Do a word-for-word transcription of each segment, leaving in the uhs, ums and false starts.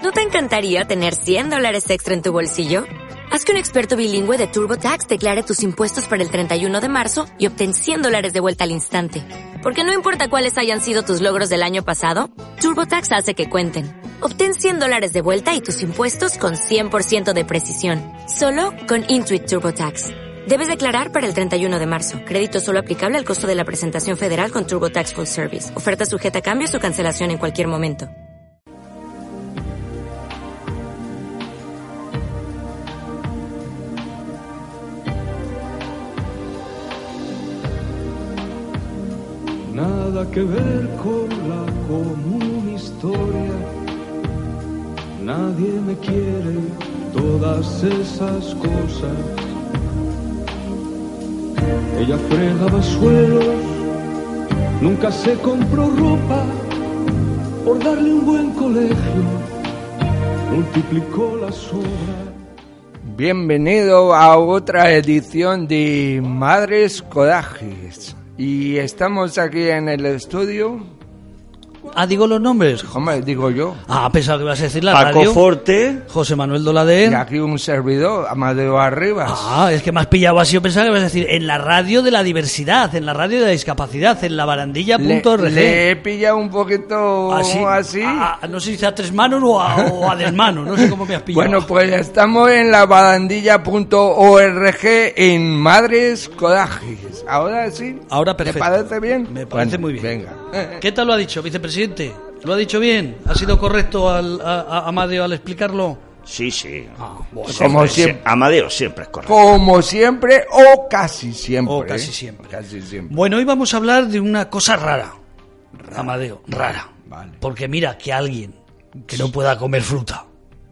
¿No te encantaría tener cien dólares extra en tu bolsillo? Haz que un experto bilingüe de TurboTax declare tus impuestos para el treinta y uno de marzo y obtén cien dólares de vuelta al instante. Porque no importa cuáles hayan sido tus logros del año pasado, TurboTax hace que cuenten. Obtén cien dólares de vuelta y tus impuestos con cien por ciento de precisión. Solo con Intuit TurboTax. Debes declarar para el treinta y uno de marzo. Crédito solo aplicable al costo de la presentación federal con TurboTax Full Service. Oferta sujeta a cambios o cancelación en cualquier momento. Nada que ver con la común historia. Nadie me quiere, todas esas cosas. Ella fregaba suelos, nunca se compró ropa, por darle un buen colegio, multiplicó las obras. Bienvenido a otra edición de Madres Corajes. Y estamos aquí en el estudio. Ah, digo los nombres. Hombre, digo yo. Ah, pensaba que ibas a decir la Paco radio. Forte. José Manuel Doladén. Y aquí un servidor, Amadeo Arribas. Ah, es que me has pillado así. Yo pensaba que ibas a decir en la radio de la diversidad, en la radio de la discapacidad, en la barandilla punto org. Le, le he pillado un poquito así. así. A, a, no sé si a tres manos o a, o a desmano, no sé cómo me has pillado. Bueno, pues estamos en la barandilla punto org en Madres Corajes. Ahora sí. Ahora perfecto. ¿Te parece bien? Me parece bueno, muy bien. Venga. ¿Qué tal lo ha dicho, vicepresidente? ¿Lo ha dicho bien? ¿Ha sido correcto al, a, a Amadeo al explicarlo? Sí, sí. Ah, bueno. Siempre, Como siempre. Sie- Amadeo siempre es correcto. Como siempre o casi siempre. O casi siempre. Casi siempre. Bueno, hoy vamos a hablar de una cosa rara, rara. Amadeo, rara. Vale. Porque mira, que alguien que no pueda comer fruta,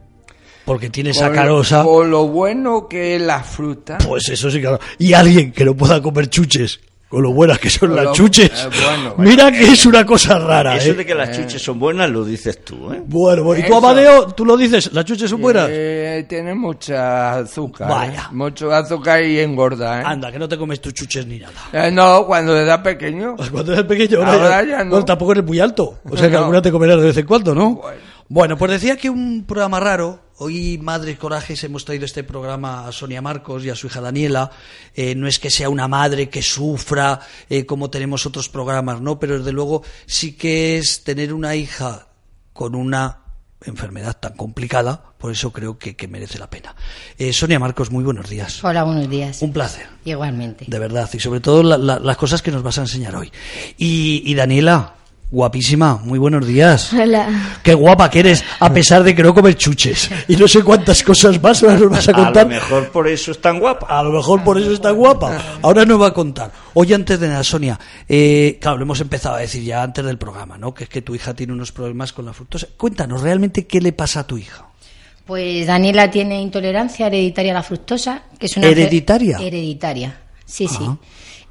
porque tiene Por- sacarosa, Por lo bueno que es la fruta. pues eso sí, claro. Y alguien que no pueda comer chuches, con lo buenas que son Con las lo- chuches, eh, bueno, mira bueno, que es una cosa rara, Eso ¿eh? de que las chuches son buenas lo dices tú, ¿eh? Bueno, bueno, ¿y tú, Eso. Amadeo, tú lo dices? ¿Las chuches son buenas? Eh, tiene mucha azúcar. Vaya. ¿eh? Mucho azúcar y engorda, ¿eh? Anda, que no te comes tus chuches ni nada. Eh, no, cuando era pequeño. Cuando eres pequeño, ahora, Ahora ya, ya no. bueno, tampoco eres muy alto. O sea que No. alguna te comerás de vez en cuando, ¿no? Bueno. Bueno, pues decía que un programa raro. Hoy, Madres Corajes, hemos traído este programa a Sonia Marcos y a su hija Daniela. Eh, no es que sea una madre que sufra eh, como tenemos otros programas, ¿no? Pero desde luego sí que es tener una hija con una enfermedad tan complicada. Por eso creo que, que merece la pena. Eh, Sonia Marcos, muy buenos días. Hola, buenos días. Un placer. Igualmente. De verdad, y sobre todo la, la, las cosas que nos vas a enseñar hoy. Y, y Daniela, guapísima, muy buenos días. Hola. Qué guapa que eres, a pesar de que no comes chuches. Y no sé cuántas cosas más ahora nos vas a A contar. lo mejor por eso es tan guapa. A lo mejor por eso está guapa. Ahora nos va a contar. Oye, antes de nada, Sonia, eh, claro, lo hemos empezado a decir ya antes del programa, ¿no? Que es que tu hija tiene unos problemas con la fructosa. Cuéntanos, ¿realmente qué le pasa a tu hija? Pues Daniela tiene intolerancia hereditaria a la fructosa, que es una ¿Hereditaria? enfer- Hereditaria, sí, sí. Ajá.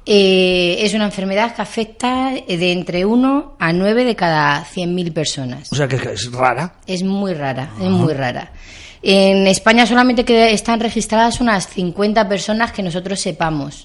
Eh, es una enfermedad que afecta de entre uno a nueve de cada cien mil personas. O sea, que es rara. Es muy rara, es muy rara. En España solamente que están registradas unas cincuenta personas que nosotros sepamos.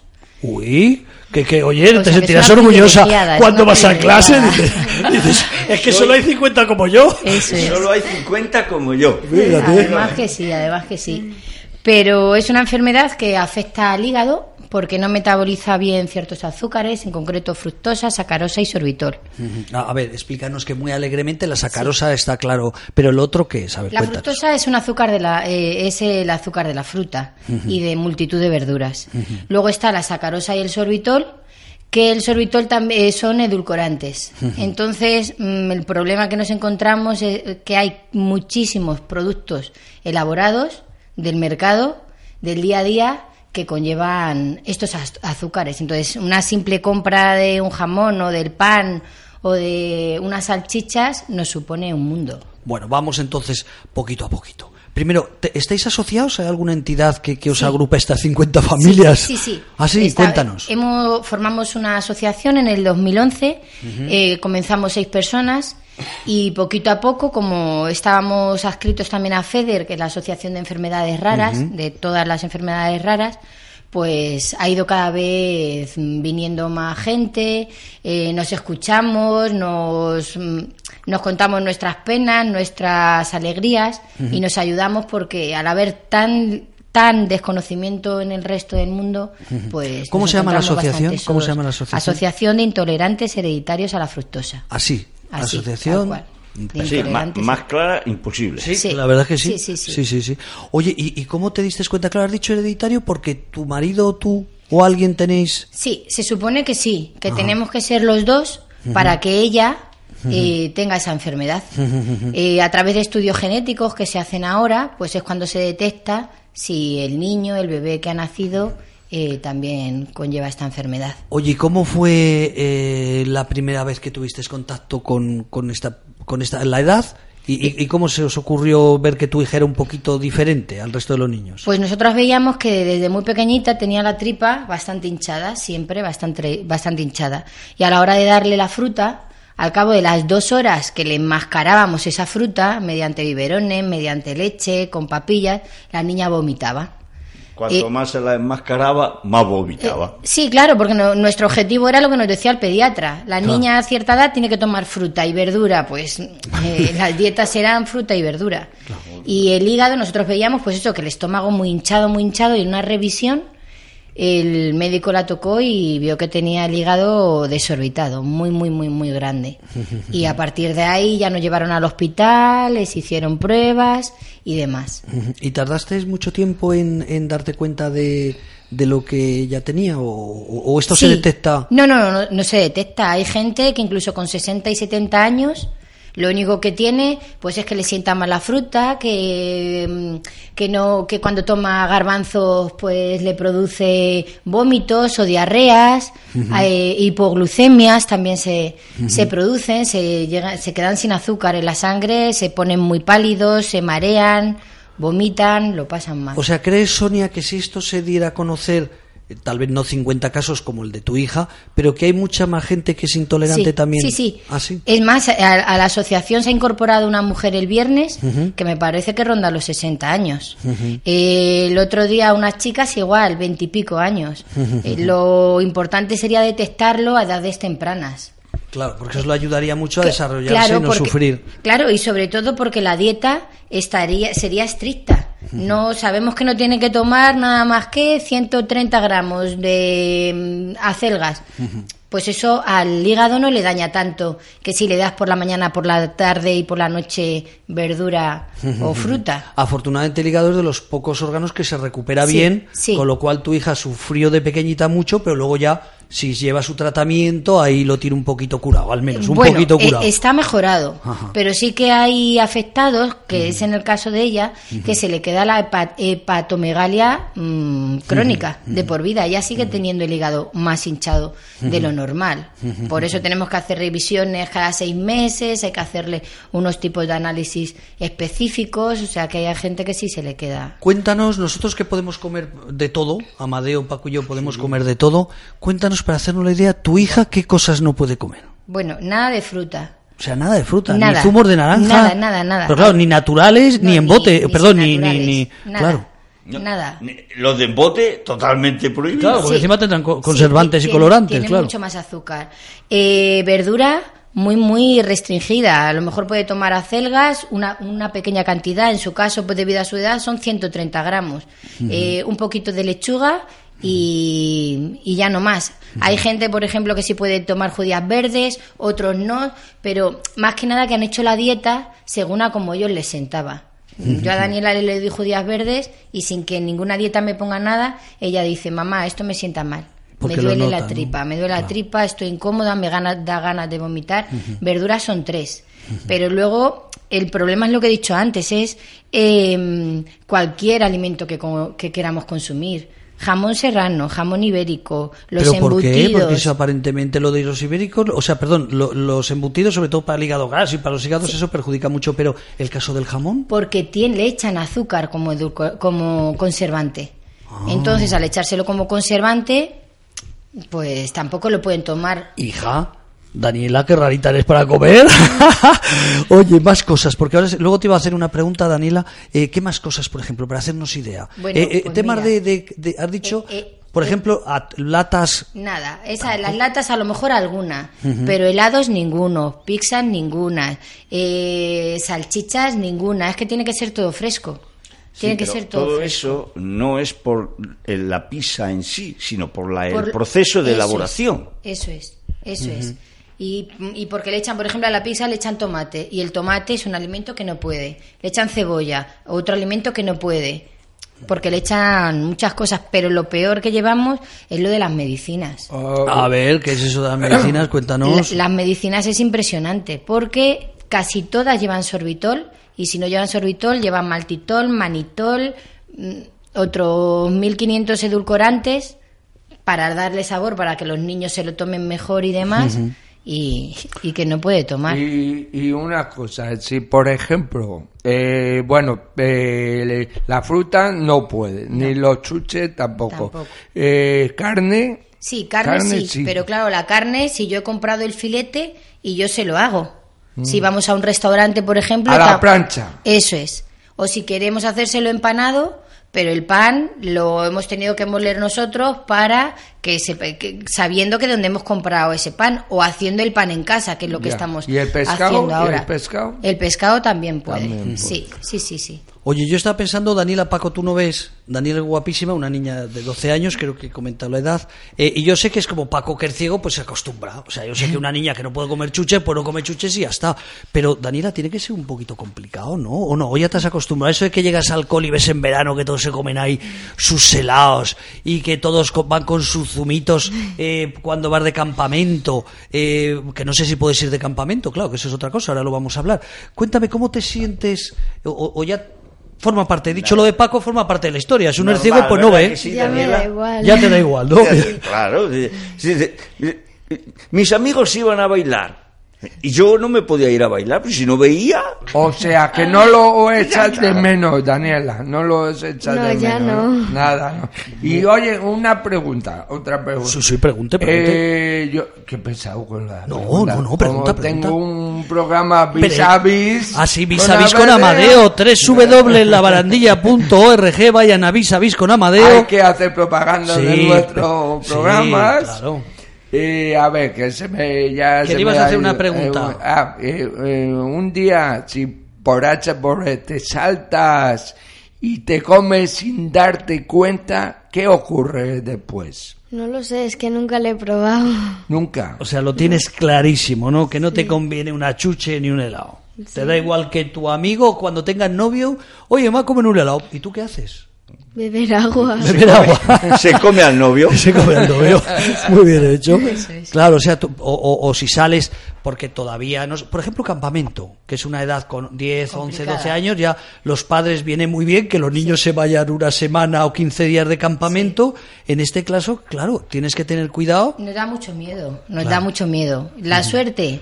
Uy, que, que oye, O te sea, que sentirás es una orgullosa privilegiada, es cuando una vas a clase. privilegiada. Dices, dices, es que solo hay cincuenta como yo. Eso es. Solo hay cincuenta como yo. Fíjate. Además que sí, además que sí. Pero es una enfermedad que afecta al hígado porque no metaboliza bien ciertos azúcares, en concreto fructosa, sacarosa y sorbitol. A a ver, explícanos que muy alegremente la sacarosa está claro, pero el otro qué es, a ver, La cuéntanos. fructosa es un azúcar de la, eh, es el azúcar de la fruta y de multitud de verduras. Luego está la sacarosa y el sorbitol, que el sorbitol también son edulcorantes. Entonces, mm, el problema que nos encontramos es que hay muchísimos productos elaborados del mercado, del día a día, que conllevan estos az- azúcares. Entonces, una simple compra de un jamón o del pan o de unas salchichas nos supone un mundo. Bueno, vamos entonces poquito a poquito. Primero, ¿te- ¿estáis asociados? ¿Hay alguna entidad que, que os Sí. agrupa estas cincuenta familias? Sí, sí. sí. Ah, sí, Está- cuéntanos. Hemos, formamos una asociación en el dos mil once, eh, comenzamos seis personas y poquito a poco, como estábamos adscritos también a FEDER, que es la Asociación de Enfermedades Raras, de todas las enfermedades raras, pues ha ido cada vez viniendo más gente, eh, nos escuchamos, nos, nos contamos nuestras penas, nuestras alegrías uh-huh. y nos ayudamos porque al haber tan tan desconocimiento en el resto del mundo, pues... ¿Cómo se llama la asociación? ¿Cómo se llama la asociación? Asociación de Intolerantes Hereditarios a la Fructosa. Así, Así asociación... Sí, más, más clara, imposible. Sí, sí, la verdad es que sí. Sí, sí, sí. sí, sí, sí. Oye, ¿y, ¿y cómo te diste cuenta? Claro, has dicho hereditario porque tu marido o tú o alguien tenéis... Sí, se supone que sí, que Ajá. tenemos que ser los dos uh-huh. para que ella... Eh, tenga esa enfermedad. Eh, a través de estudios genéticos que se hacen ahora, pues es cuando se detecta si el niño, el bebé que ha nacido, eh, también conlleva esta enfermedad. Oye, ¿cómo fue eh, la primera vez que tuviste contacto con, con esta, con esta, la edad? ¿Y, y, ¿Y cómo se os ocurrió ver que tu hija era un poquito diferente al resto de los niños? Pues nosotros veíamos que desde muy pequeñita tenía la tripa bastante hinchada, siempre bastante, bastante hinchada. Y a la hora de darle la fruta, al cabo de las dos horas que le enmascarábamos esa fruta, mediante biberones, mediante leche, con papillas, la niña vomitaba. Cuanto eh, más se la enmascaraba, más vomitaba. Eh, sí, claro, porque no, nuestro objetivo era lo que nos decía el pediatra. La claro. niña a cierta edad tiene que tomar fruta y verdura, pues eh, las dietas serán fruta y verdura. Claro. Y el hígado, nosotros veíamos pues eso, que el estómago muy hinchado, muy hinchado, y en una revisión el médico la tocó y vio que tenía el hígado desorbitado, muy, muy, muy, muy grande. Y a partir de ahí ya nos llevaron al hospital, les hicieron pruebas y demás. ¿Y tardasteis mucho tiempo en, en darte cuenta de, de lo que ella tenía? ¿O, o esto sí. se detecta? No, no, no, no, no se detecta. Hay gente que incluso con sesenta y setenta años... Lo único que tiene, pues es que le sienta mal la fruta, que, que no, que cuando toma garbanzos, pues le produce vómitos o diarreas, uh-huh. eh, hipoglucemias también se, uh-huh. se producen, se llega, se quedan sin azúcar en la sangre, se ponen muy pálidos, se marean, vomitan, lo pasan mal. O sea, ¿crees, Sonia, que si esto se diera a conocer, tal vez no cincuenta casos como el de tu hija, pero que hay mucha más gente que es intolerante sí, también? Sí, sí. ¿Ah, sí? Es más, a, a la asociación se ha incorporado una mujer el viernes uh-huh. que me parece que ronda los sesenta años. Uh-huh. Eh, el otro día unas chicas igual, veintipico años. Uh-huh. Eh, lo importante sería detectarlo a edades tempranas. Claro, porque eso le ayudaría mucho a que, desarrollarse claro, y no porque, sufrir. Claro, y sobre todo porque la dieta estaría sería estricta. No sabemos que no tiene que tomar nada más que ciento treinta gramos de um, acelgas. Uh-huh. Pues eso al hígado no le daña tanto que si le das por la mañana, por la tarde y por la noche verdura uh-huh. o fruta. Afortunadamente el hígado es de los pocos órganos que se recupera sí, bien, sí. con lo cual tu hija sufrió de pequeñita mucho, pero luego ya, si lleva su tratamiento, ahí lo tiene un poquito curado, al menos, un bueno, poquito curado. Eh, está mejorado, Ajá. pero sí que hay afectados, que uh-huh. es en el caso de ella, uh-huh. que se le queda la hepat- hepatomegalia mmm, crónica uh-huh. de por vida. Ella sigue uh-huh. teniendo el hígado más hinchado uh-huh. de lo normal. Uh-huh. Por eso tenemos que hacer revisiones cada seis meses, hay que hacerle unos tipos de análisis específicos, o sea que hay gente que sí se le queda. Cuéntanos, nosotros que podemos comer de todo, Amadeo, Paco y yo podemos sí. comer de todo, cuéntanos para hacernos la idea, tu hija, ¿qué cosas no puede comer? Bueno, nada de fruta. O sea, nada de fruta, nada, ni zumos de naranja. Nada, nada, nada. Pero claro, ni naturales, no, ni en bote, ni, perdón, ni, ni, ni, ni... Nada, claro. No, nada. Los de embote, totalmente prohibidos. Claro, porque sí. encima tendrán conservantes sí, y colorantes, tiene claro. mucho más azúcar. Eh, verdura muy, muy restringida. A lo mejor puede tomar acelgas, una, una pequeña cantidad. En su caso, pues debido a su edad, son ciento treinta gramos. Uh-huh. Eh, un poquito de lechuga y, y ya no más. Uh-huh. Hay gente, por ejemplo, que sí puede tomar judías verdes, otros no, pero más que nada que han hecho la dieta según a como ellos les sentaba. Yo a Daniela le doy judías verdes y sin que ninguna dieta me ponga nada, ella dice, mamá, esto me sienta mal. Porque me duele nota, la tripa, ¿no? me duele claro. la tripa, estoy incómoda, me gana, da ganas de vomitar. Uh-huh. Verduras son tres. Uh-huh. Pero luego, el problema es lo que he dicho antes, es eh, cualquier alimento que, que queramos consumir. Jamón serrano, jamón ibérico, los ¿Pero embutidos. por qué? Porque eso aparentemente lo de los ibéricos, o sea, perdón, lo, los embutidos, sobre todo para el hígado gas y para los hígados, sí. eso perjudica mucho, pero ¿el caso del jamón? Porque tiene, le echan azúcar como, edulco, como conservante. Ah. Entonces, al echárselo como conservante, pues tampoco lo pueden tomar. Hija, Daniela, qué rarita eres para comer. Oye, más cosas, porque ahora luego te iba a hacer una pregunta, Daniela. Eh, ¿Qué más cosas, por ejemplo, para hacernos idea? Bueno, eh, eh, pues temas mira, de, de, de, has dicho, eh, eh, Por ejemplo, a, latas... Nada, esa, las latas a lo mejor algunas, uh-huh. pero helados ninguno, pizzas ninguna, eh, salchichas ninguna, es que tiene que ser todo fresco. Tiene sí, que ser todo, todo fresco. Eso no es por la pizza en sí, sino por, la, por el proceso de eso elaboración. Es, eso es, eso uh-huh. es. Y, y porque le echan, por ejemplo, a la pizza le echan tomate, y el tomate es un alimento que no puede. Le echan cebolla, otro alimento que no puede, porque le echan muchas cosas, pero lo peor que llevamos es lo de las medicinas. Uh, a ver, ¿qué es eso de las medicinas? Cuéntanos. La, las medicinas es impresionante, porque casi todas llevan sorbitol, y si no llevan sorbitol, llevan maltitol, manitol, otros mil quinientos edulcorantes, para darle sabor, para que los niños se lo tomen mejor y demás. Uh-huh. Y, y que no puede tomar. Y, y una cosa, si por ejemplo, eh, bueno, eh, la fruta no puede, no. ni los chuches tampoco. tampoco. Eh, carne. Sí, carne, carne sí, sí, pero claro, la carne, si yo he comprado el filete y yo se lo hago. Mm. Si vamos a un restaurante, por ejemplo. A la plancha. Eso es. O si queremos hacérselo empanado, pero el pan lo hemos tenido que moler nosotros para que, se, que sabiendo que donde hemos comprado ese pan, o haciendo el pan en casa, que es lo que ya. estamos ¿Y el pescado? haciendo ahora. ¿Y el pescado? El pescado también puede. También puede. Sí, sí, sí, sí. Oye, yo estaba pensando, Daniela, Paco, tú no ves, Daniela es guapísima, una niña de doce años, creo que he comentado la edad, eh, y yo sé que es como Paco, que es ciego, pues se acostumbra. O sea, yo sé que una niña que no puede comer chuches, pues no come chuches y ya está. Pero, Daniela, tiene que ser un poquito complicado, ¿no? ¿O no? ¿O ya te has acostumbrado? Eso de que llegas al cole y ves en verano que todos se comen ahí sus helados y que todos van con sus zumitos eh, cuando vas de campamento, eh, que no sé si puedes ir de campamento, claro, que eso es otra cosa, ahora lo vamos a hablar. Cuéntame, ¿cómo te sientes? O, o ya... Forma parte, he dicho claro. Lo de Paco, forma parte de la historia. Si uno es ciego, pues no ve. Sí, ya me da igual. Ya te da igual, ¿no? Claro. Sí, sí, sí. Mis amigos iban a bailar y yo no me podía ir a bailar, pues si no veía. O sea, que no lo echas de menos, Daniela. No lo echas no, de menos. Ya no. Nada, no. Y oye, una pregunta, otra pregunta. Sí, sí, pregunte, pregunte. Eh, yo, ¿qué he pensado con la No, pregunta? no, no, pregunta, Como pregunta. Tengo un programa vis a vis. Ah, sí, vis a vis con Amadeo. doble u doble u doble u punto la barandilla punto org. Vayan a vis a vis con Amadeo. Hay que hacer propaganda sí, de nuestros programas. Sí, claro. Eh, a ver, que se me ya ¿Que se le ibas me a hacer ha una ido, pregunta? Eh, ah, eh, eh, un día, si por H por B te saltas y te comes sin darte cuenta, ¿qué ocurre después? No lo sé, es que nunca lo he probado. Nunca. O sea, lo tienes clarísimo, ¿no? Que no sí. te conviene una chuche ni un helado. Sí. Te da igual que tu amigo cuando tengas novio, oye, me voy a comer un helado. ¿Y tú qué haces? Beber agua. Beber agua. Se come al novio. Se come al novio. Muy bien hecho. Claro, o sea, tú, o, o, o si sales, porque todavía no. Por ejemplo, campamento, que es una edad con diez, once, doce años, ya los padres vienen muy bien que los niños sí. se vayan una semana o quince días de campamento. Sí. En este caso, claro, tienes que tener cuidado. Nos da mucho miedo, nos claro. da mucho miedo. La uh-huh. suerte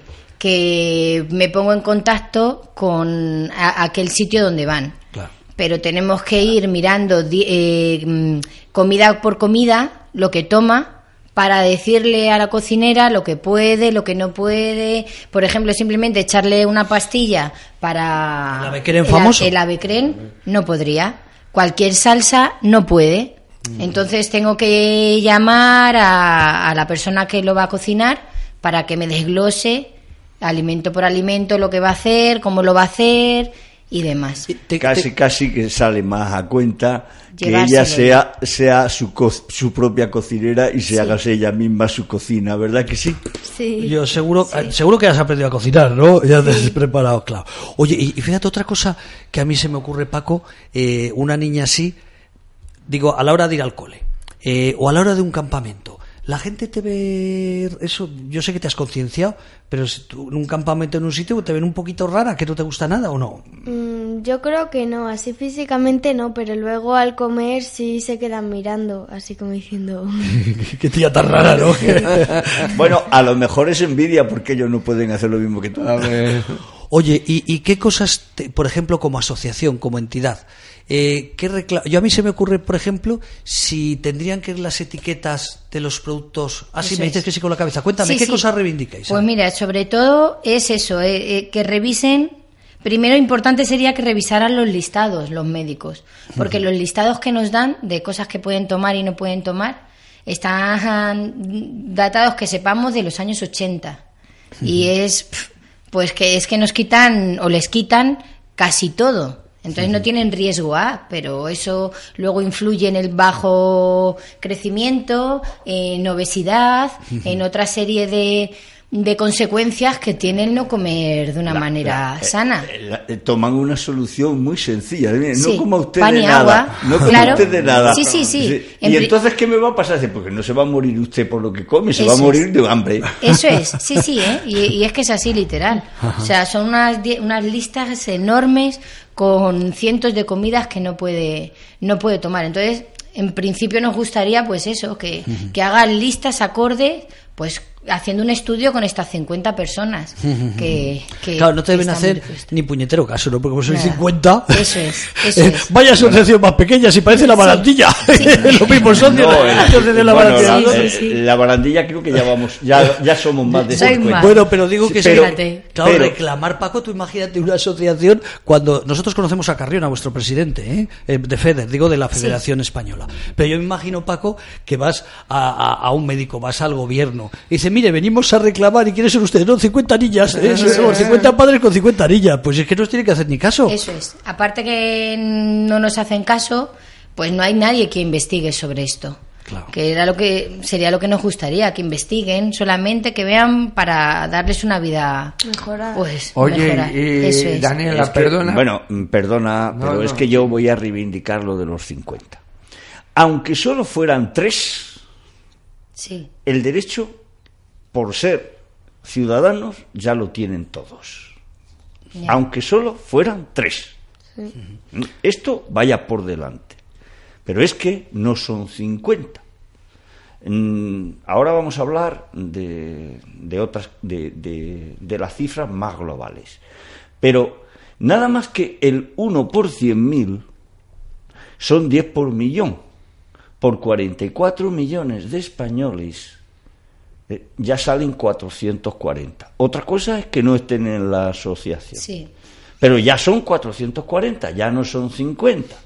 que me pongo en contacto con a, aquel sitio donde van. Claro. Pero tenemos que ir mirando eh, comida por comida lo que toma para decirle a la cocinera lo que puede, lo que no puede. Por ejemplo, simplemente echarle una pastilla para el avecren famoso. El avecren no podría. Cualquier salsa no puede. Entonces tengo que llamar a, a la persona que lo va a cocinar para que me desglose alimento por alimento lo que va a hacer, cómo lo va a hacer y demás. Te, casi, te... casi que sale más a cuenta que ella sea sea su co- su propia cocinera y se sí. haga ella misma su cocina, ¿verdad que sí? Sí. Yo seguro, sí. seguro que has aprendido a cocinar, ¿no? Ya te has preparado, claro. Oye, y, y fíjate otra cosa que a mí se me ocurre, Paco, eh, una niña así, digo, a la hora de ir al cole, eh, o a la hora de un campamento. La gente te ve, eso, yo sé que te has concienciado, pero si tú en un campamento en un sitio te ven un poquito rara, que no te gusta nada o no. Mm, yo creo que no, así físicamente no, pero luego al comer sí se quedan mirando, así como diciendo... Qué tía tan rara, ¿no? Bueno, a lo mejor es envidia porque ellos no pueden hacer lo mismo que tú. A ver. Oye, ¿y, y qué cosas, te, por ejemplo, como asociación, como entidad? Eh, ¿qué recla- Yo a mí se me ocurre, por ejemplo, si tendrían que ir las etiquetas de los productos. Ah, sí, me dices que sí con la cabeza. Cuéntame, sí, ¿qué sí. cosas reivindicáis? Pues mira, sobre todo es eso, eh, eh, que revisen. Primero, importante sería que revisaran los listados, los médicos, porque uh-huh. los listados que nos dan de cosas que pueden tomar y no pueden tomar, están datados, que sepamos, de los años ochenta. Uh-huh. Y es, pues que es que nos quitan, o les quitan casi todo. Entonces no tienen riesgo A, pero eso luego influye en el bajo crecimiento, en obesidad, uh-huh. en otra serie de, de consecuencias que tiene el no comer de una la, manera la, sana. La, la, toman una solución muy sencilla. No sí, coma usted pan de y nada. Agua. No coma claro. usted de nada. Sí, sí, sí. sí. ¿Y entonces qué me va a pasar? Porque no se va a morir usted por lo que come, se eso va a morir es. de hambre. Eso es, sí, sí, ¿eh? y, y es que es así literal. Ajá. O sea, son unas, unas listas enormes con cientos de comidas que no puede no puede tomar. Entonces, en principio nos gustaría pues eso, que, uh-huh. que hagan listas acorde, pues haciendo un estudio con estas cincuenta personas que, que claro, no te deben hacer ni puñetero caso, ¿no? Porque como son cincuenta, eso es, eso es. Vaya asociación más pequeña, si parece la barandilla. Sí. Sí. Lo mismo son no, de el, la bueno, barandilla. La, sí, sí, sí. la barandilla creo que ya vamos, ya, ya somos más de cincuenta. Bueno, pero digo que sí, pero, sí, claro, pero, reclamar, Paco, tú imagínate una asociación cuando nosotros conocemos a Carrión, a vuestro presidente, ¿eh? de FEDER, digo de la Federación sí. Española. Pero yo me imagino, Paco, que vas a, a, a un médico, vas al gobierno y dice, mire, venimos a reclamar, y quiénes son ustedes, no, cincuenta niñas, ¿eh? Somos cincuenta padres con cincuenta niñas, pues es que no os tiene que hacer ni caso. Eso es, aparte que no nos hacen caso, pues no hay nadie que investigue sobre esto. Claro. Que era lo que sería lo que nos gustaría, que investiguen solamente, que vean para darles una vida mejorada. Pues, Oye, mejorada. y Eso es. Daniela, es que, perdona. Bueno, perdona, no, pero no, es que yo voy a reivindicar lo de los cincuenta. Aunque solo fueran tres, sí. el derecho, por ser ciudadanos, ya lo tienen todos. Yeah. Aunque solo fueran tres. Sí. Esto vaya por delante. Pero es que no son cincuenta. Ahora vamos a hablar de, de otras, de, de, de las cifras más globales. Pero nada más que el uno por cien mil son diez por millón. Por cuarenta y cuatro millones de españoles eh, ya salen cuatrocientos cuarenta. Otra cosa es que no estén en la asociación. Sí. Pero ya son cuatrocientos cuarenta, ya no son cincuenta.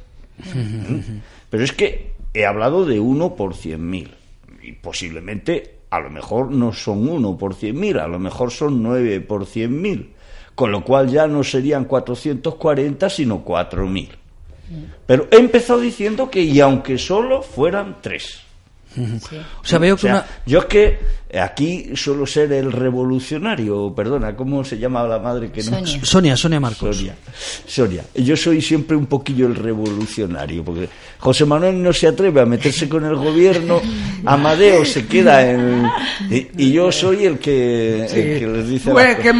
¿Mm? Pero es que he hablado de uno por cien mil. Y posiblemente, a lo mejor no son uno por cien mil, a lo mejor son nueve por cien mil. Con lo cual ya no serían cuatrocientos cuarenta, sino cuatro mil. Pero he empezado diciendo que, y aunque solo fueran tres. Sí. O sea, veo que o sea, una... yo es que aquí suelo ser el revolucionario, perdona, ¿cómo se llama la madre que no? Sonia, Sonia, Sonia Marcos. Sonia, Sonia. Yo soy siempre un poquillo el revolucionario, porque José Manuel no se atreve a meterse con el gobierno, Amadeo se queda en... Y, y yo soy el que, sí. el que les dice... Pues que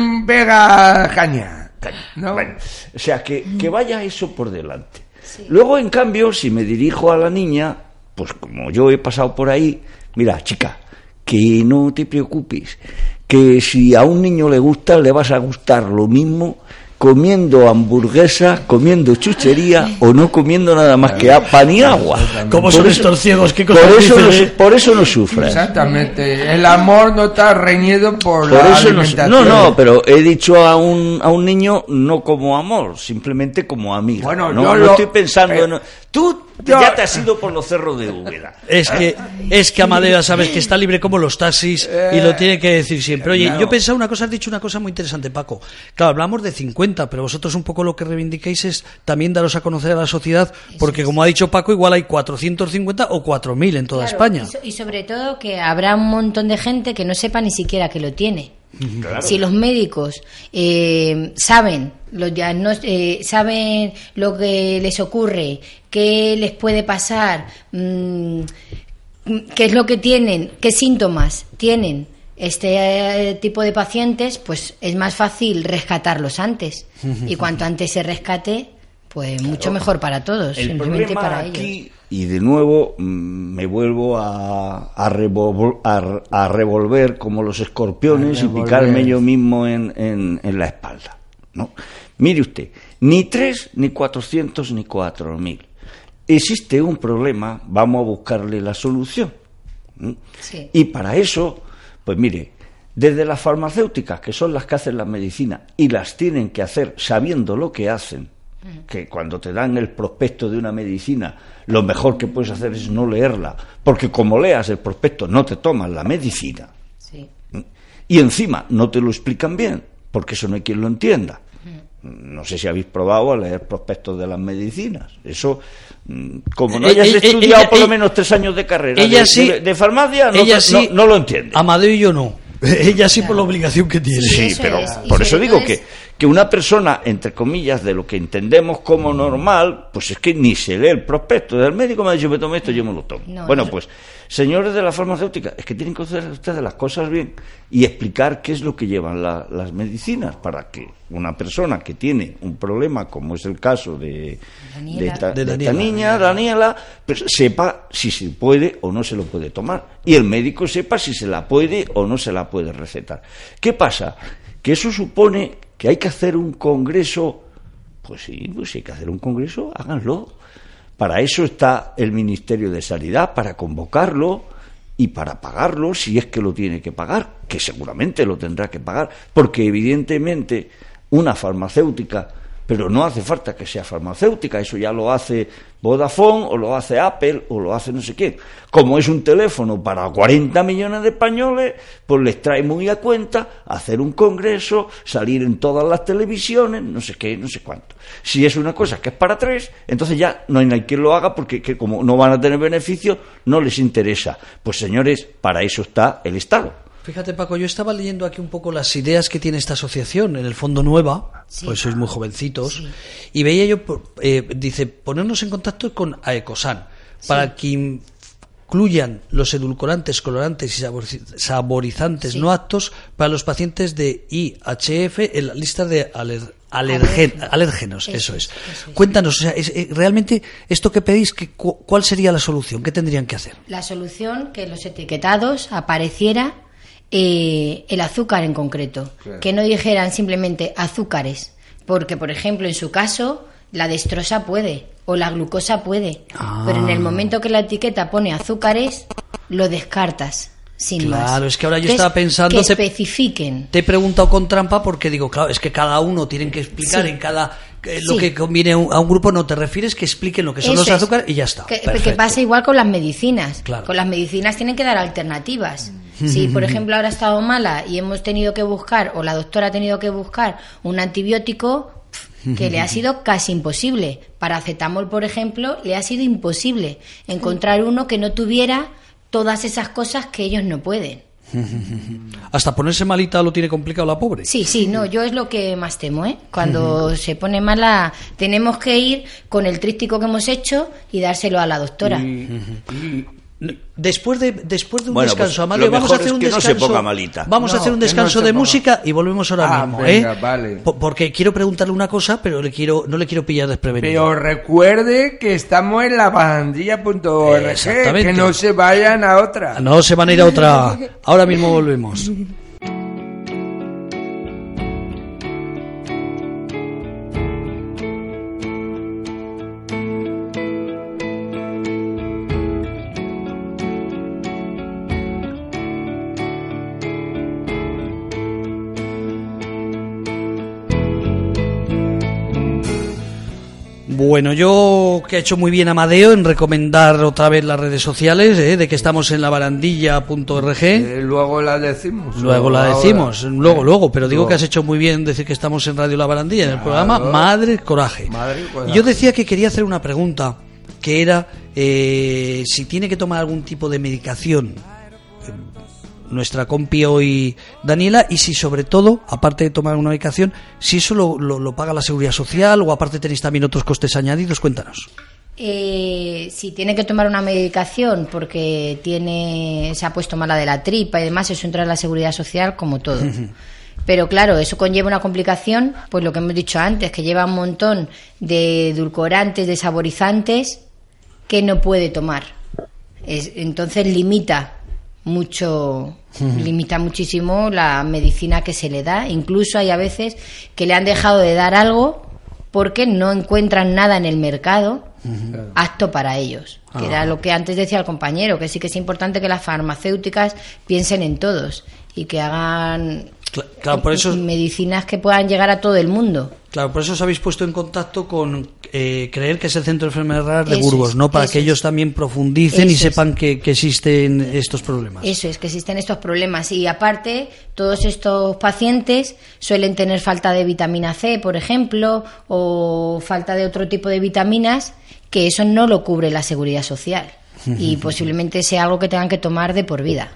pega caña, ¿no? Bueno, o sea, que, que vaya eso por delante. Sí. Luego, en cambio, si me dirijo a la niña... Pues como yo he pasado por ahí, mira, chica, que no te preocupes, que si a un niño le gusta, le vas a gustar lo mismo comiendo hamburguesas, comiendo chuchería o no comiendo nada más que pan y agua. ¿Cómo son estos ciegos? ¿Qué cosas por, eso dicen, no, por eso no sufres. Exactamente. El amor no está reñido por, por la eso alimentación. No, no, pero he dicho a un a un niño no como amor, simplemente como amigo. Bueno, no, yo no lo, estoy pensando eh, en... Tú yo, ya te has ido por los cerros de Úbeda. Es que, es que Amadeo, sabes que está libre como los taxis y lo tiene que decir siempre. Oye, no. yo pensaba una cosa, has dicho una cosa muy interesante, Paco. Claro, hablamos de cincuenta, pero vosotros un poco lo que reivindicáis es también daros a conocer a la sociedad, porque como ha dicho Paco, igual hay cuatrocientos cincuenta o cuatro mil en toda claro, España. Y, so, y sobre todo que habrá un montón de gente que no sepa ni siquiera que lo tiene. Claro. Si los médicos eh, saben los diagnost- eh, saben lo que les ocurre, qué les puede pasar, mmm, qué es lo que tienen, qué síntomas tienen este tipo de pacientes, pues es más fácil rescatarlos antes. Y cuanto antes se rescate, pues mucho claro. mejor para todos, el simplemente para aquí, ellos. Y de nuevo me vuelvo a, a, revol- a, a revolver como los escorpiones y picarme yo mismo en, en, en la espalda, ¿no? Mire usted, ni tres, ni cuatrocientos, ni cuatro mil. Existe un problema, vamos a buscarle la solución. ¿Mm? Sí. Y para eso, pues mire, desde las farmacéuticas, que son las que hacen la medicina, y las tienen que hacer sabiendo lo que hacen, que cuando te dan el prospecto de una medicina, lo mejor que puedes hacer es no leerla, porque como leas el prospecto no te tomas la medicina. Sí. Y encima no te lo explican bien, porque eso no hay quien lo entienda. No sé si habéis probado a leer prospectos de las medicinas. Eso, como no hayas ella, estudiado ella, por lo ella, menos tres años de carrera ella de, sí, de, de farmacia, no, ella no, sí, no lo entiende. Amadeo y yo no. Ella sí, claro, por la obligación que tiene. Sí, eso pero es. por eso digo es... que, que una persona, entre comillas, de lo que entendemos como normal, pues es que ni se lee el prospecto. Del médico me ha dicho, me tomo esto, yo me lo tomo. No, bueno, no. pues, señores de la farmacéutica, es que tienen que hacer ustedes las cosas bien y explicar qué es lo que llevan la, las medicinas para que una persona que tiene un problema, como es el caso de, de, ta, de, de Daniela. esta niña, Daniela, pues sepa si se puede o no se lo puede tomar. Y el médico sepa si se la puede o no se la puede recetar. ¿Qué pasa? Que eso supone que hay que hacer un congreso. Pues sí, pues si hay que hacer un congreso, háganlo. Para eso está el Ministerio de Sanidad, para convocarlo y para pagarlo, si es que lo tiene que pagar, que seguramente lo tendrá que pagar, porque evidentemente una farmacéutica, pero no hace falta que sea farmacéutica, eso ya lo hace Vodafone o lo hace Apple o lo hace no sé quién. Como es un teléfono para cuarenta millones de españoles, pues les trae muy a cuenta hacer un congreso, salir en todas las televisiones, no sé qué, no sé cuánto. Si es una cosa que es para tres, entonces ya no hay nadie quien lo haga porque que como no van a tener beneficios, no les interesa. Pues señores, para eso está el Estado. Fíjate, Paco, yo estaba leyendo aquí un poco las ideas que tiene esta asociación, en el fondo nueva, sí, pues sois muy jovencitos, sí, y veía yo, eh, dice, ponernos en contacto con AECOSAN, sí, para que incluyan los edulcorantes, colorantes y saborizantes sí, no aptos para los pacientes de I H F en la lista de aler, alergen, alérgenos. Eso, eso es. Eso es. Cuéntanos, o sea, es, es, realmente esto que pedís, que, ¿cuál sería la solución? ¿Qué tendrían que hacer? La solución, que en los etiquetados apareciera Eh, el azúcar en concreto, claro, que no dijeran simplemente azúcares, porque por ejemplo en su caso la dextrosa puede o la glucosa puede, ah, pero en el momento que la etiqueta pone azúcares lo descartas sin claro, más. Claro, es que ahora yo Entonces, estaba pensando, que te, especifiquen. Te he preguntado con trampa porque digo, claro, es que cada uno tiene que explicar sí, en cada eh, lo sí, que conviene a un, a un grupo. No te refieres que expliquen lo que son Eso los azúcares es. Y ya está. Que, que pasa igual con las medicinas. Claro. Con las medicinas tienen que dar alternativas. Si, por ejemplo, ahora ha estado mala y hemos tenido que buscar, o la doctora ha tenido que buscar un antibiótico que le ha sido casi imposible. Paracetamol, por ejemplo, le ha sido imposible encontrar uno que no tuviera todas esas cosas que ellos no pueden. Hasta ponerse malita lo tiene complicado la pobre. Sí, sí, no, yo es lo que más temo, ¿eh? Cuando se pone mala, tenemos que ir con el tríptico que hemos hecho y dárselo a la doctora. Y, y, Después de después de un bueno, descanso, pues, Amadeo, vamos a hacer es un que descanso. No se ponga malita. Vamos no, a hacer un descanso no de ponga... música y volvemos ahora ah, mismo, venga, ¿eh? Vale. Porque quiero preguntarle una cosa, pero le quiero no le quiero pillar desprevenido. Pero recuerde que estamos en la barandilla punto org, que no se vayan a otra. No se van a ir a otra. Ahora mismo volvemos. Bueno, yo que he hecho muy bien Amadeo en recomendar otra vez las redes sociales, ¿eh? De que estamos en la barandilla punto org. Eh, luego la decimos. Luego la decimos, ahora. luego, luego, pero digo luego. que has hecho muy bien decir que estamos en Radio La Barandilla, en el claro. programa Madre Coraje. Madre Coraje. Yo decía que quería hacer una pregunta, que era eh, si tiene que tomar algún tipo de medicación nuestra compi hoy Daniela, y si sobre todo, aparte de tomar una medicación, si eso lo, lo, lo paga la Seguridad Social o aparte tenéis también otros costes añadidos. Cuéntanos. Eh, si tiene que tomar una medicación porque tiene se ha puesto mala de la tripa y demás, eso entra en la Seguridad Social como todo. Pero claro, eso conlleva una complicación, pues lo que hemos dicho antes, que lleva un montón de edulcorantes, de saborizantes que no puede tomar. Es, entonces limita mucho, uh-huh. limita muchísimo la medicina que se le da. Incluso hay a veces que le han dejado de dar algo porque no encuentran nada en el mercado uh-huh. apto para ellos, que uh-huh. era lo que antes decía el compañero, que sí que es importante que las farmacéuticas piensen en todos y que hagan Claro, por eso medicinas que puedan llegar a todo el mundo. Claro, por eso os habéis puesto en contacto con eh, Creer, que es el Centro de Enfermedades Raras de Eso Burgos, es, ¿no? Para eso que es. ellos también profundicen y Eso sepan es. que, que existen estos problemas. Eso es, que existen estos problemas. Y aparte, todos estos pacientes suelen tener falta de vitamina C, por ejemplo, o falta de otro tipo de vitaminas, que eso no lo cubre la Seguridad Social. Y posiblemente sea algo que tengan que tomar de por vida.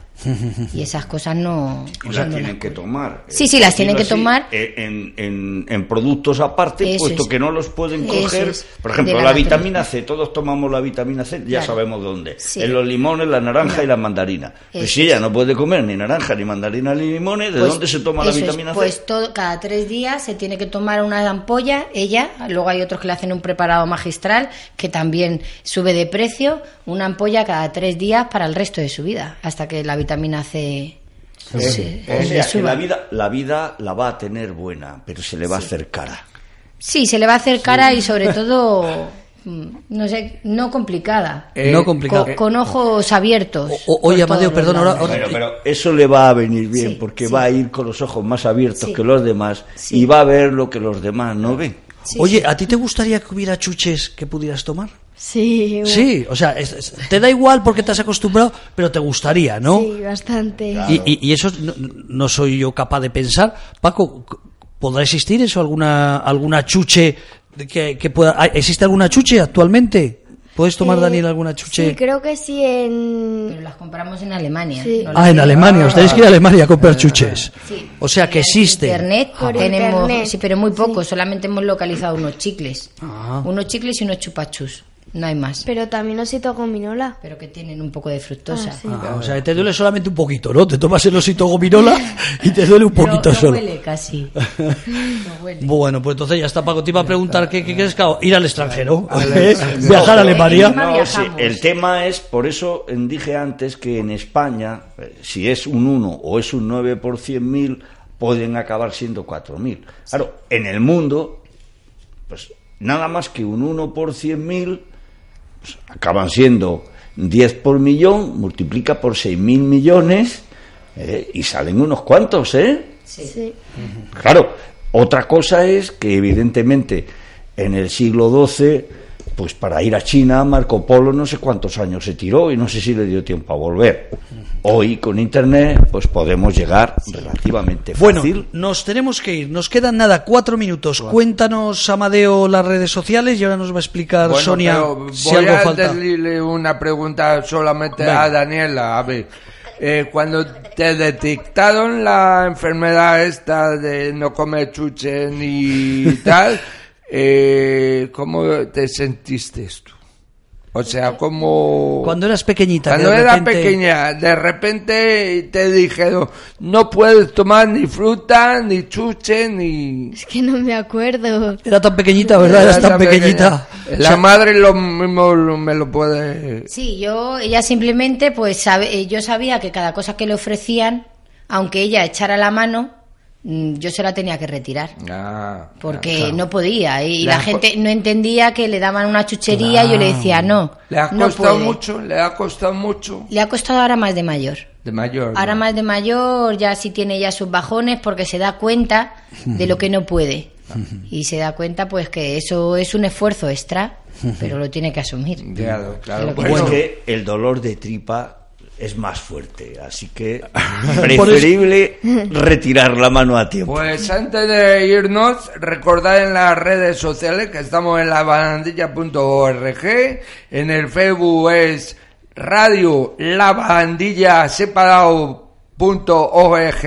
Y esas cosas no... O sea, no tienen las que cubren. tomar. Sí, sí, las tienen que así, tomar. eh, En, en, en productos aparte, Eso puesto es. que no los pueden Eso coger. es. Por ejemplo, De la, la vitamina naturaleza. C, todos tomamos la vitamina C, ya Claro. sabemos dónde. Sí. En los limones, la naranja y la mandarina. Pues Eso si ella es. no puede comer ni naranja, ni mandarina, ni limones, ¿de Pues dónde se toma la eso es, vitamina C? Pues todo, cada tres días se tiene que tomar una ampolla, ella, luego hay otros que le hacen un preparado magistral que también sube de precio, una ampolla cada tres días para el resto de su vida, hasta que la vitamina C Eh, se- o le sea, que suba. la vida, la vida la va a tener buena, pero se le va a hacer cara. Sí, se le va a hacer cara y sobre todo, mm, no sé, no complicada, Eh, no complicado. con, con ojos abiertos. O- o- oye, por Amadeo, todos perdón, los ahora- lados. ahora- Pero, pero eso le va a venir bien, Sí, porque sí. va a ir con los ojos más abiertos Sí. que los demás Sí. y va a ver lo que los demás no ven. Sí, Oye, sí. ¿a ti te gustaría que hubiera chuches que pudieras tomar? Sí, Sí, o sea, es- es- te da igual porque te has acostumbrado, pero te gustaría, ¿no? sí, bastante. Y, y- y eso no, no soy yo capaz de pensar. Paco, ¿podrá existir eso? ¿Alguna, alguna chuche que, que pueda... ¿Existe alguna chuche actualmente? ¿Puedes tomar, Eh, Daniel, alguna chuche? Sí, creo que sí en... Pero las compramos en Alemania. Sí. no las Ah, en tenemos. Alemania, os tenéis que ir a Alemania a comprar chuches. Sí. O sea que En existe. Internet Por tenemos, internet. sí, pero muy poco, solamente hemos localizado unos chicles. Ah. Unos chicles y unos chupachus, no hay más. Pero también osito gominola. Pero que tienen un poco de fructosa. Ah, sí. Ah, o sea, que te duele solamente un poquito, ¿no? Te tomas el osito gominola y te duele un poquito no, no solo. huele casi. No huele. Bueno, pues entonces ya está, Paco. Te iba a preguntar qué, qué crees que hago? Ir al extranjero, Al ¿eh? extranjero. Viajar a No, Alemania. encima No, sí, viajamos. el tema es, por eso eh, dije antes que en España, eh, si es un uno o es un nueve por cien mil, pueden acabar siendo cuatro mil. Claro, en el mundo, pues nada más que un uno por cien mil, pues, acaban siendo diez por millón, multiplica por seis mil millones eh, y salen unos cuantos, ¿eh? Sí. Claro, otra cosa es que evidentemente en el siglo doce, pues para ir a China, Marco Polo no sé cuántos años se tiró y no sé si le dio tiempo a volver. Hoy con Internet pues podemos llegar relativamente Bueno, fácil. nos tenemos que ir. Nos quedan nada, cuatro minutos. Cuéntanos, Amadeo, las redes sociales y ahora nos va a explicar Bueno, Sonia pero si voy algo a falta. hacerle una pregunta solamente Venga. a Daniela. A ver, eh, cuando te detectaron la enfermedad esta de no comer chuche ni tal, eh, ¿cómo te sentiste tú? O sea, como... Cuando eras pequeñita. que Cuando de era repente- pequeña, de repente te dijeron, no puedes tomar ni fruta, ni chuche, ni... Es que no me acuerdo. Era tan pequeñita, ¿verdad? Eras Era tan pequeñita. pequeña. O La sea, madre lo mismo lo- me lo puede... Sí, yo, ella simplemente, pues, sabe, eh, yo sabía que cada cosa que le ofrecían, aunque ella echara la mano, mm, yo se la tenía que retirar. Ah, Porque claro. no podía. Y Le la ha gente no entendía que le daban una chuchería y yo le decía, no, ¿Le ha no costado puede. mucho? ¿Le ha costado mucho? Le ha costado ahora más de mayor. De mayor. Ahora ¿no? más de mayor ya sí tiene ya sus bajones porque se da cuenta de lo que no puede. Y se da cuenta pues que eso es un esfuerzo extra, pero lo tiene que asumir. Claro, claro. Pero Pues Bueno, es que el dolor de tripa es más fuerte, así que preferible retirar la mano a tiempo. pues antes de irnos, recordad en las redes sociales que estamos en la barandilla punto org, en el Facebook es Radio La Barandilla separado punto org,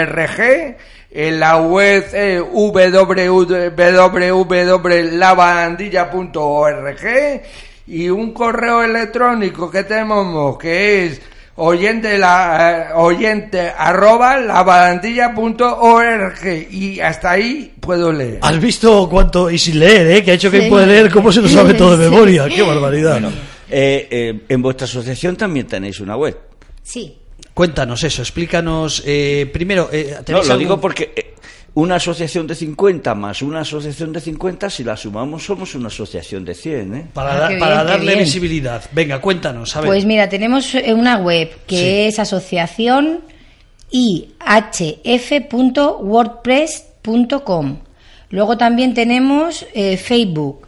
en la web es w w w punto la barandilla punto org y un correo electrónico que tenemos que es oyente la eh, oyente arroba la barandilla punto org y hasta ahí puedo leer. ¿Has visto cuánto? Y sin leer, ¿eh? Que ha hecho que Sí. puede leer, cómo se lo sabe todo de Sí. memoria. ¡Qué barbaridad! Eh, eh, en vuestra asociación también tenéis una web. Sí. Cuéntanos eso, explícanos. Eh, primero, eh, No, ¿tenéis lo algún- digo porque eh, una asociación de cincuenta más una asociación de cincuenta, si la sumamos somos una asociación de cien, ¿eh? Para, Ah, da- qué para bien, qué darle bien. visibilidad. Venga, cuéntanos, a ver. Pues mira, tenemos eh, una web que Sí. es asociación i h f punto wordpress punto com. Luego también tenemos eh, Facebook,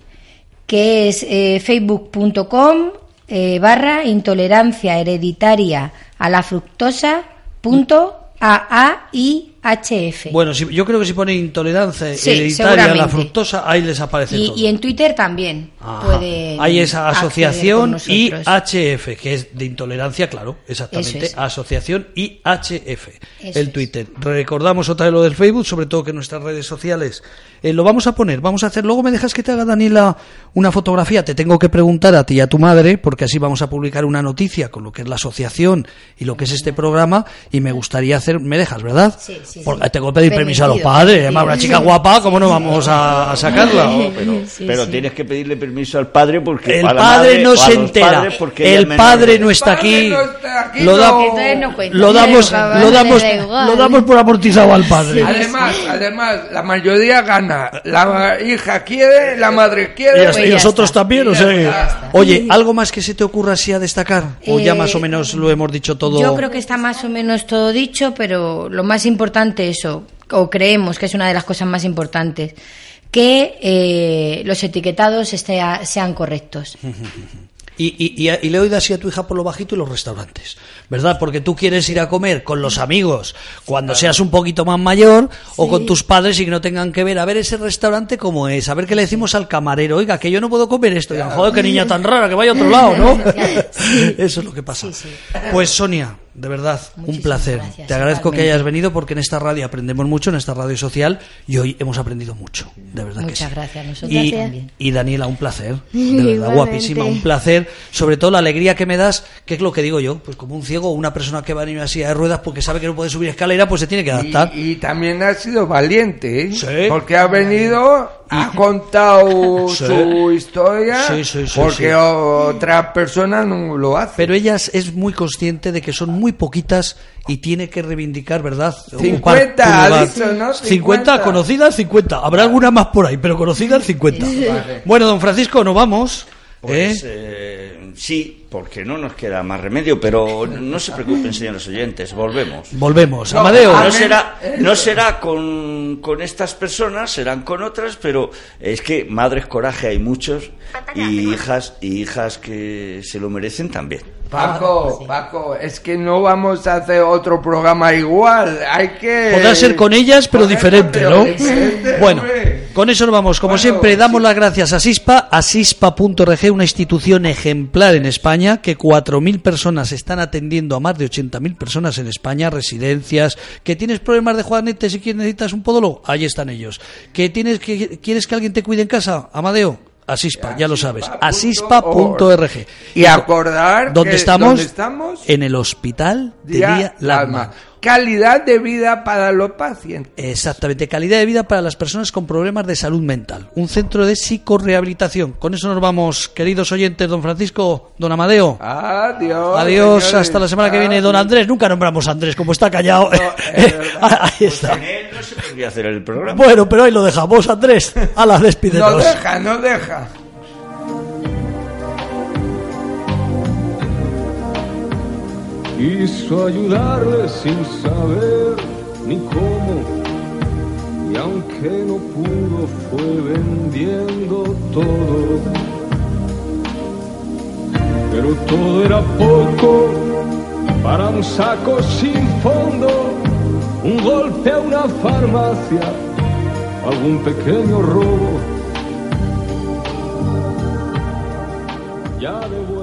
que es eh, facebook punto com eh, barra intolerancia hereditaria a la fructosa punto a a i h f. Bueno, si, yo creo que si pone intolerancia sí, hereditaria a la fructosa, ahí les aparece y, todo. Y en Twitter también pueden. Hay esa asociación I H F, que es de intolerancia, claro, exactamente. Es. Asociación I H F, Eso el Twitter. Es. Recordamos otra vez lo del Facebook, sobre todo que en nuestras redes sociales eh, lo vamos a poner, vamos a hacer. Luego me dejas que te haga, Daniela, una fotografía. Te tengo que preguntar a ti y a tu madre, porque así vamos a publicar una noticia con lo que es la asociación y lo que es este programa. Y me gustaría hacer, ¿me dejas, verdad? Sí, sí. Porque tengo que pedir permiso, permitido, a los padres. Además, una chica guapa, ¿cómo no vamos a, a sacarla? No, pero sí, pero sí. Tienes que pedirle permiso al padre porque el a la padre madre, no se entera. El padre no está aquí. No está aquí lo, da, no. No cuenta, lo damos, lo damos, lo damos por amortizado al padre. Sí, además, sí. además, la mayoría gana. La hija quiere, la madre quiere. Y, pues y nosotros está. También, o sea. Oye, ¿algo más que se te ocurra así a destacar? ¿O eh, ya más o menos lo hemos dicho todo? Yo creo que está más o menos todo dicho, pero lo más importante eso, o creemos que es una de las cosas más importantes, que eh, los etiquetados estea, sean correctos. Y, y, y, y le oigas así a tu hija por lo bajito y los restaurantes, ¿verdad? Porque tú quieres ir a comer con los amigos cuando seas un poquito más mayor, sí. o con tus padres y que no tengan que ver, a ver ese restaurante cómo es, a ver qué le decimos al camarero, oiga, que yo no puedo comer esto, claro. Y, joder, qué niña tan rara, que vaya a otro lado, ¿no? Sí. Eso es lo que pasa. Sí, sí. Pues Sonia, de verdad, Muchísimas un placer. Gracias, Te agradezco igualmente. Que hayas venido porque en esta radio aprendemos mucho, en esta radio social, y hoy hemos aprendido mucho, de verdad. Muchas que sí. gracias, nosotros y, también. Y Daniela, un placer, de verdad, guapísima, un placer, sobre todo la alegría que me das, que es lo que digo yo, pues como un ciego o una persona que va en una silla de ruedas porque sabe que no puede subir escalera, pues se tiene que adaptar. Y, y también ha sido valiente, ¿eh? Sí. Porque ha venido, ha contado sí. su historia, sí, sí, sí, porque sí. otras personas no lo hacen. Pero ella es muy consciente de que son muy poquitas y tiene que reivindicar, ¿verdad? cincuenta, ha dicho, ¿no? cincuenta, cincuenta conocidas, cincuenta. Habrá alguna más por ahí, pero conocidas, cincuenta. Vale. Bueno, don Francisco, nos vamos. Pues ¿Eh? Eh, sí, porque no nos queda más remedio, pero no se preocupen, señores oyentes, volvemos. Volvemos. No, Amadeo. No será, no será con, con estas personas, serán con otras, pero es que madres coraje hay muchos y hijas y hijas que se lo merecen también. Paco, Paco, es que no vamos a hacer otro programa igual, hay que... Podrá ser con ellas, pero diferente, ¿no? Diferente, bueno, hombre. Con eso nos vamos. Como bueno, siempre, damos sí. las gracias a SISPA, a sispa punto org, una institución ejemplar en España, que cuatro mil personas están atendiendo a más de ochenta mil personas en España, residencias, que tienes problemas de juanetes y que necesitas un podólogo, ahí están ellos. Que tienes que quieres que alguien te cuide en casa, Amadeo, a SISPA, ya lo sabes, a sispa punto org. Y acordar ¿Dónde que estamos? ¿dónde estamos? En el Hospital de Día Lalma. Calidad de vida para los pacientes. Exactamente, calidad de vida para las personas con problemas de salud mental. Un centro de psicorrehabilitación. Con eso nos vamos, queridos oyentes, don Francisco, don Amadeo. Adiós. Adiós, señores. Hasta la semana que viene, don Andrés. Nunca nombramos a Andrés, como está callado. No, ahí está. Pues él no se podría hacer el programa. Bueno, pero ahí lo dejamos, Andrés. A la despídenos. No deja, no deja. Quiso ayudarle sin saber ni cómo, y aunque no pudo fue vendiendo todo. Pero todo era poco para un saco sin fondo, un golpe a una farmacia, algún pequeño robo. Ya de vuelta